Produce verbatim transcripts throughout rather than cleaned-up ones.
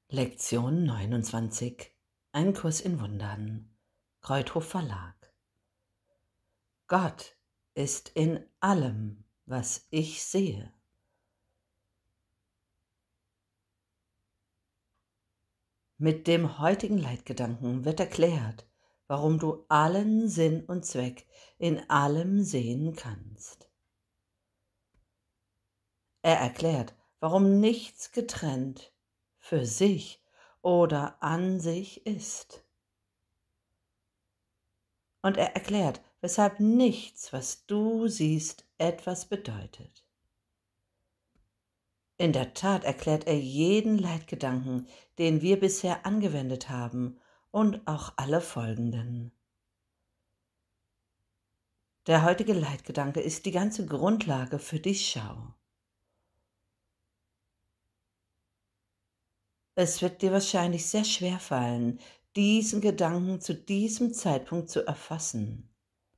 Lektion neunundzwanzig. Ein Kurs in Wundern. Kreuthof Verlag. Gott ist in allem, was ich sehe. Mit dem heutigen Leitgedanken wird erklärt, warum du allen Sinn und Zweck in allem sehen kannst. Er erklärt, warum nichts getrennt für sich oder an sich ist. Und er erklärt, weshalb nichts, was du siehst, etwas bedeutet. In der Tat erklärt er jeden Leitgedanken, den wir bisher angewendet haben, und auch alle folgenden. Der heutige Leitgedanke ist die ganze Grundlage für die Schau. Es wird dir wahrscheinlich sehr schwer fallen, diesen Gedanken zu diesem Zeitpunkt zu erfassen.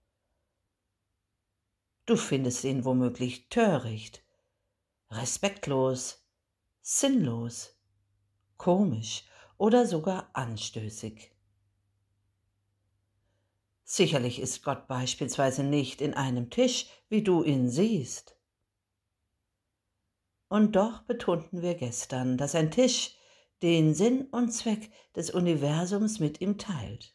Du findest ihn womöglich töricht, respektlos, sinnlos, komisch oder sogar anstößig. Sicherlich ist Gott beispielsweise nicht in einem Tisch, wie du ihn siehst. Und doch betonten wir gestern, dass ein Tisch den Sinn und Zweck des Universums mit ihm teilt.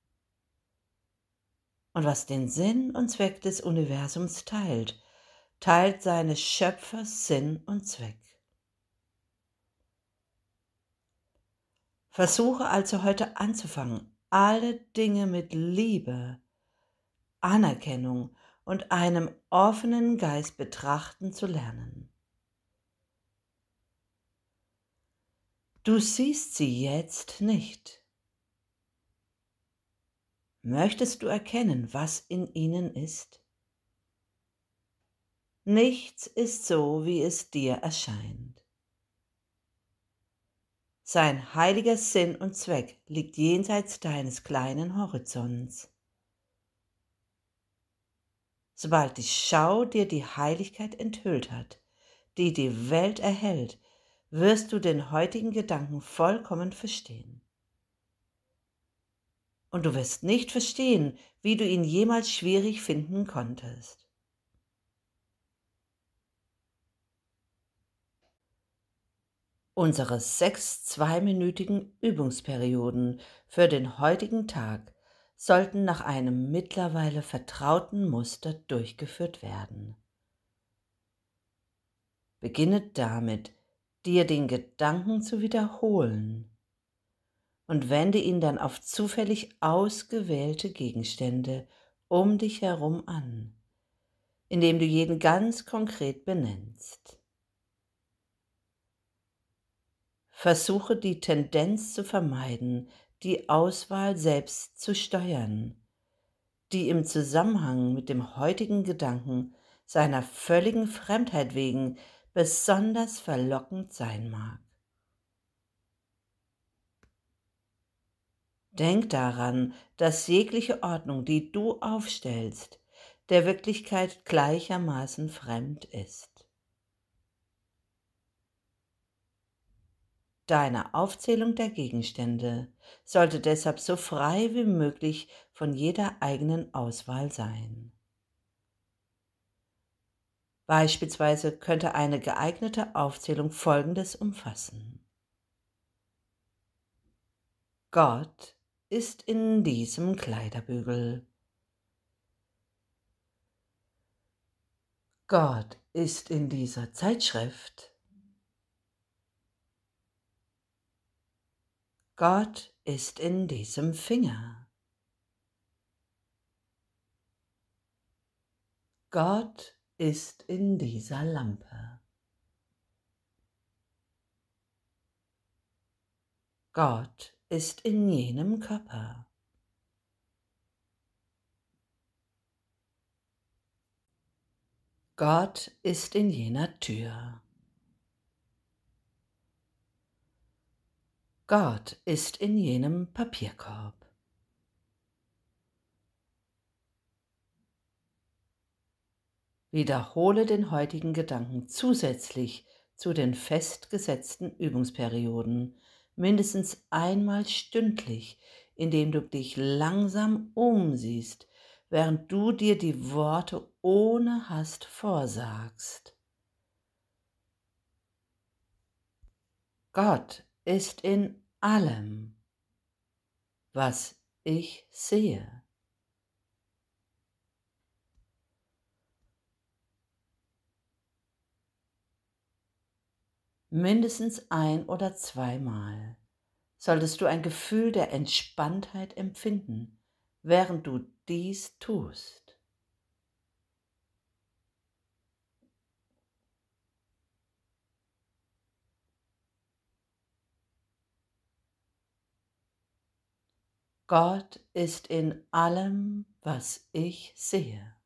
Und was den Sinn und Zweck des Universums teilt, teilt seines Schöpfers Sinn und Zweck. Versuche also heute anzufangen, alle Dinge mit Liebe, Anerkennung und einem offenen Geist betrachten zu lernen. Du siehst sie jetzt nicht. Möchtest du erkennen, was in ihnen ist? Nichts ist so, wie es dir erscheint. Sein heiliger Sinn und Zweck liegt jenseits deines kleinen Horizonts. Sobald die Schau dir die Heiligkeit enthüllt hat, die die Welt erhält, wirst du den heutigen Gedanken vollkommen verstehen. Und du wirst nicht verstehen, wie du ihn jemals schwierig finden konntest. Unsere sechs zweiminütigen Übungsperioden für den heutigen Tag sollten nach einem mittlerweile vertrauten Muster durchgeführt werden. Beginne damit, dir den Gedanken zu wiederholen und wende ihn dann auf zufällig ausgewählte Gegenstände um dich herum an, indem du jeden ganz konkret benennst. Versuche die Tendenz zu vermeiden, die Auswahl selbst zu steuern, die im Zusammenhang mit dem heutigen Gedanken seiner völligen Fremdheit wegen besonders verlockend sein mag. Denk daran, dass jegliche Ordnung, die du aufstellst, der Wirklichkeit gleichermaßen fremd ist. Deine Aufzählung der Gegenstände sollte deshalb so frei wie möglich von jeder eigenen Auswahl sein. Beispielsweise könnte eine geeignete Aufzählung Folgendes umfassen: Gott ist in diesem Kleiderbügel. Gott ist in dieser Zeitschrift. Gott ist in diesem Finger. Gott ist in dieser Lampe. Gott ist in jenem Körper. Gott ist in jener Tür. Gott ist in jenem Papierkorb. Wiederhole den heutigen Gedanken zusätzlich zu den festgesetzten Übungsperioden mindestens einmal stündlich, indem du dich langsam umsiehst, während du dir die Worte ohne Hast vorsagst. Gott ist in allem, was ich sehe. Mindestens ein oder zweimal solltest du ein Gefühl der Entspanntheit empfinden, während du dies tust. Gott ist in allem, was ich sehe.